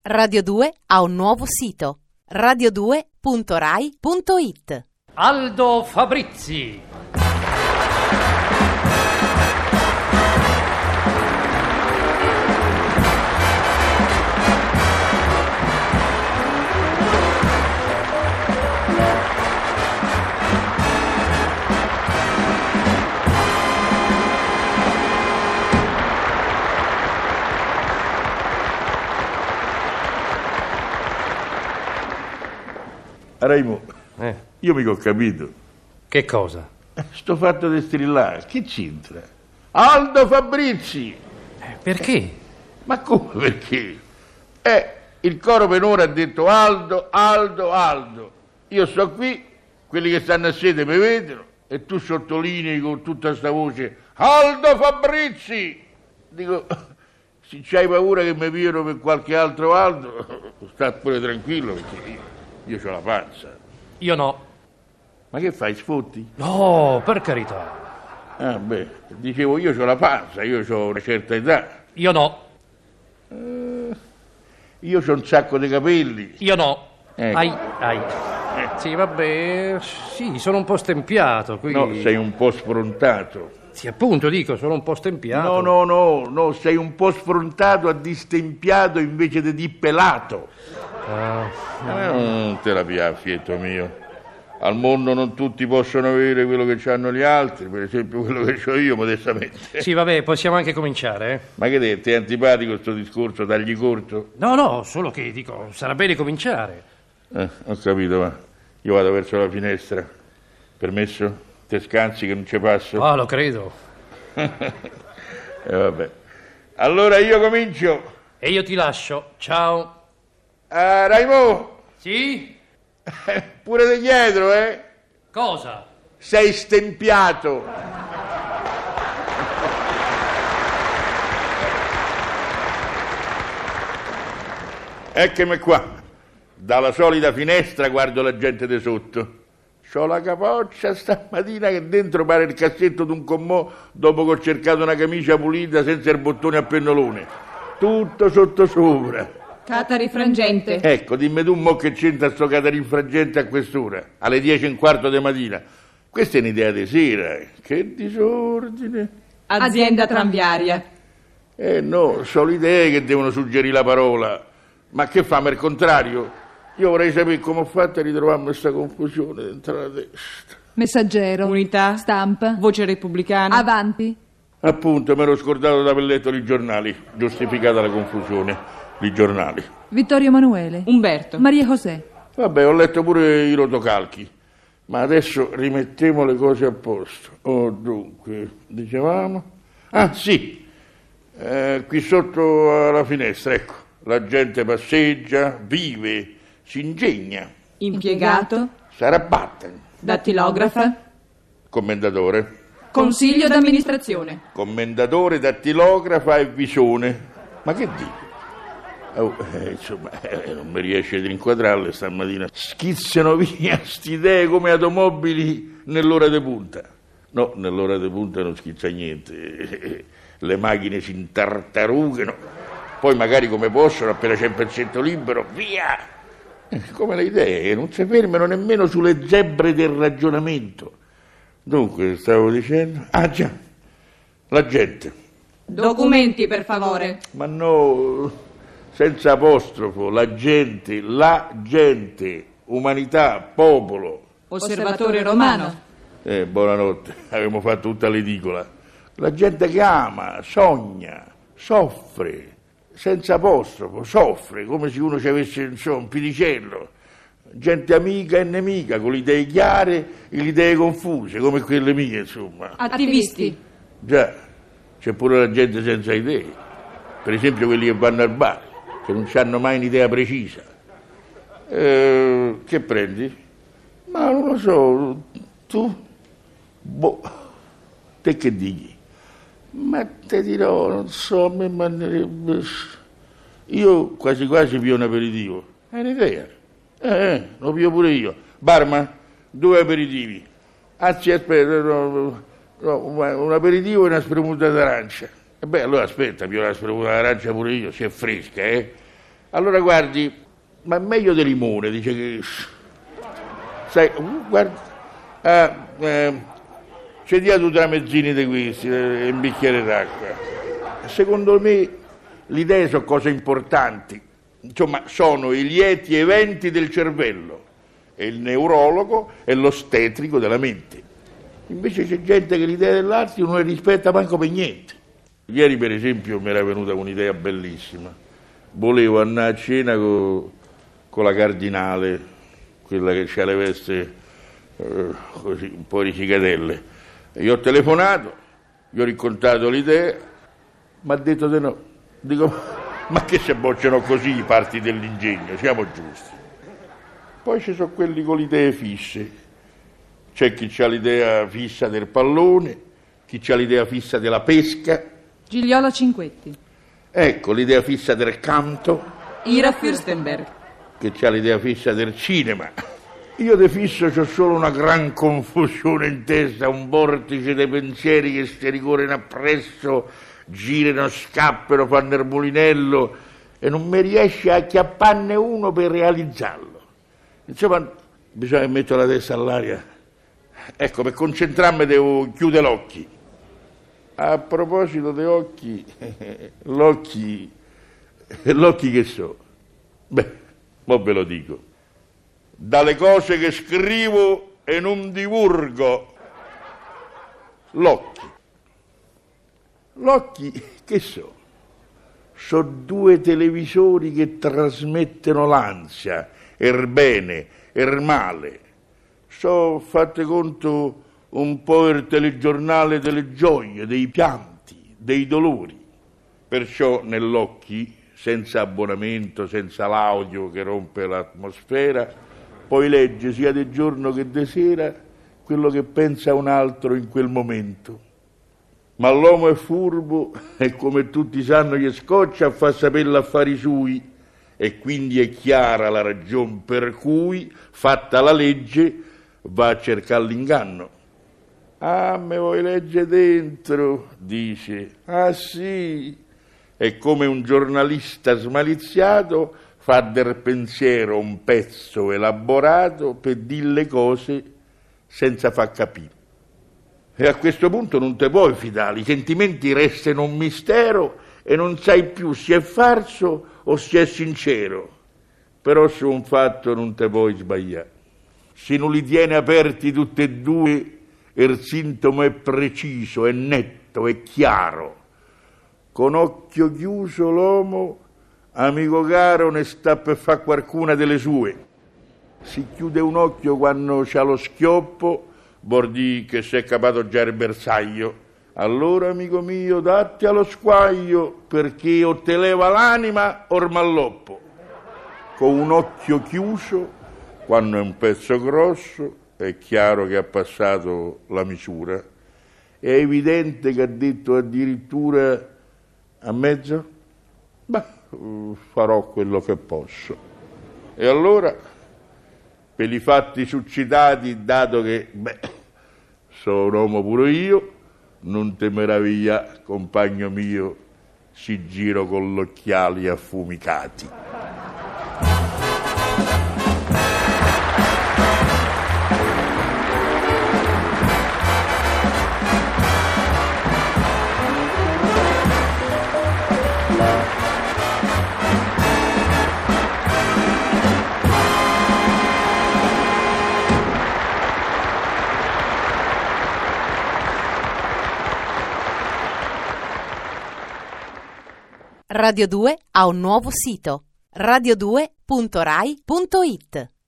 Radio 2 ha un nuovo sito: radio2.rai.it. Aldo Fabrizi. Raimo, io mica ho capito. Che cosa? Sto fatto di strillare, che c'entra? Aldo Fabrizi! Perché? Ma come perché? Il coro per ora ha detto Aldo, Aldo, Aldo. Io sto qui, quelli che stanno a sede mi vedono, e tu sottolinei con tutta sta voce Aldo Fabrizi! Dico, se c'hai paura che mi pigliano per qualche altro Aldo, sta pure tranquillo, perché io c'ho la panza. Io no. Ma che fai, sfotti? No, per carità. Ah, beh, dicevo, io c'ho la panza, io c'ho una certa età. Io no. Io c'ho un sacco di capelli. Io no. Ecco. Ai. Sì, vabbè, sì, sono un po' stempiato qui. No, sei un po' sfrontato. Sì, appunto, dico, sono un po' stempiato. No, sei un po' sfrontato a distempiato invece di dippelato. Non te la piaffietto mio. Al mondo non tutti possono avere quello che hanno gli altri, per esempio quello che ho io, modestamente. Sì, vabbè, possiamo anche cominciare, eh? Ma che te, ti è antipatico sto discorso, tagli corto? No, solo che, dico, sarà bene cominciare. Ho capito, ma io vado verso la finestra. Permesso? Te scansi che non ci passo? Ah, lo credo. Vabbè. Allora io comincio. E io ti lascio, ciao. Raimo! Sì? Pure da dietro, Cosa? Sei stempiato. Eccomi qua. Dalla solita finestra guardo la gente di sotto. C'ho la capoccia stamattina che dentro pare il cassetto d'un commò dopo che ho cercato una camicia pulita senza il bottone a pennolone. Tutto sotto sopra. Catari frangente. Ecco, dimmi tu mo che c'entra sto catarin frangente a quest'ora, alle 10:15 di mattina. Questa è un'idea di sera, che disordine. Azienda tranviaria. No, sono le idee che devono suggerire la parola. Ma che fa, il contrario? Io vorrei sapere come ho fatto a ritrovarmi questa confusione dentro la testa. Messaggero. Unità. Stampa. Voce repubblicana. Avanti. Appunto, mi ero scordato di aver letto i giornali, giustificata la confusione. I giornali. Vittorio Emanuele. Umberto. Maria José. Vabbè, ho letto pure i rotocalchi. Ma adesso rimettiamo le cose a posto. Dunque, dicevamo... Ah, sì. Qui sotto alla finestra, ecco. La gente passeggia, vive, si ingegna. Impiegato. S'arrabatta. Dattilografa. Commendatore. Consiglio d'amministrazione. Commendatore, dattilografa e visone. Ma che dico? Insomma, non mi riesce ad inquadrarle stamattina. Schizzano via st'idee come automobili nell'ora di punta. No, nell'ora di punta non schizza niente. Le macchine si intartarugano. Poi magari come possono, appena c'è il pezzetto libero, via! Come le idee, non si fermano nemmeno sulle zebre del ragionamento. Dunque, stavo dicendo... Ah già, la gente. Documenti, per favore. Ma no... Senza apostrofo, la gente, umanità, popolo. Osservatore romano. Buonanotte, avevamo fatto tutta l'edicola. La gente che ama, sogna, soffre, senza apostrofo, soffre, come se uno ci avesse, insomma, un pidicello. Gente amica e nemica, con le idee chiare e le idee confuse, come quelle mie, insomma. Attivisti. Già, c'è pure la gente senza idee. Per esempio quelli che vanno al bar, che non hanno mai un'idea precisa. Che prendi? Ma non lo so, tu? Boh, te che dici? Ma te dirò, non so, a me manderebbe... Io quasi pio un aperitivo. È un'idea. Lo pio pure io. Barman, 2 aperitivi. Anzi, aspetta, no, un aperitivo e una spremuta d'arancia. E beh, allora aspetta, pio la spremuta d'arancia pure io, se è fresca, Allora guardi, ma è meglio del limone, dice che... Sai, guarda... c'è dia 2 tramezzini di questi e un bicchiere d'acqua. Secondo me le idee sono cose importanti, insomma sono i lieti eventi del cervello, e il neurologo è l'ostetrico della mente. Invece c'è gente che l'idea dell'arte non le rispetta manco per niente. Ieri per esempio mi era venuta un'idea bellissima, volevo andare a cena con la cardinale, quella che ha le vesti così un po' risicatelle. Gli ho telefonato, gli ho raccontato l'idea, mi ha detto di no. Dico, ma che se bocciano così i parti dell'ingegno, siamo giusti. Poi ci sono quelli con le idee fisse. C'è chi ha l'idea fissa del pallone, chi ha l'idea fissa della pesca. Gigliola Cinquetti. Ecco, l'idea fissa del canto. Ira Fürstenberg. Che ha l'idea fissa del cinema. Io de fisso c'ho solo una gran confusione in testa, un vortice dei pensieri che si ricorrono appresso, girano, scappano, fanno il mulinello e non mi riesce a acchiapparne uno per realizzarlo. Insomma, bisogna mettere la testa all'aria. Ecco, per concentrarmi devo chiudere l'occhio. A proposito dei occhi, l'occhi che so? Beh, mo ve lo dico. Dalle cose che scrivo e non divulgo, l'occhio che so? So 2 televisori che trasmettono l'ansia, il bene, il male. So, fate conto, un po' il telegiornale delle gioie, dei pianti, dei dolori. Perciò nell'occhio, senza abbonamento, senza l'audio che rompe l'atmosfera, poi legge sia di giorno che di sera quello che pensa un altro in quel momento. Ma l'uomo è furbo e come tutti sanno gli scoccia a far sapere gli affari sui, e quindi è chiara la ragione per cui, fatta la legge, va a cercare l'inganno. Ah, me vuoi leggere dentro? Dice. Ah sì. E come un giornalista smaliziato fa del pensiero un pezzo elaborato per dire le cose senza far capire. E a questo punto non te puoi fidare, i sentimenti restano un mistero e non sai più se è falso o se è sincero. Però su un fatto non te puoi sbagliare. Se non li tieni aperti tutti e 2, il sintomo è preciso, è netto, è chiaro. Con occhio chiuso l'uomo, amico caro, ne sta per fare qualcuna delle sue. Si chiude un occhio quando c'ha lo schioppo, vuol dire che si è capato già il bersaglio. Allora, amico mio, datti allo squaglio, perché o te leva l'anima o il malloppo. Con un occhio chiuso, quando è un pezzo grosso, è chiaro che ha passato la misura. È evidente che ha detto addirittura a mezzo? Beh, farò quello che posso. E allora, per i fatti succitati, dato che, sono un uomo pure io, non te meraviglia, compagno mio, si giro con gli occhiali affumicati. Radio 2 ha un nuovo sito: radio2.rai.it.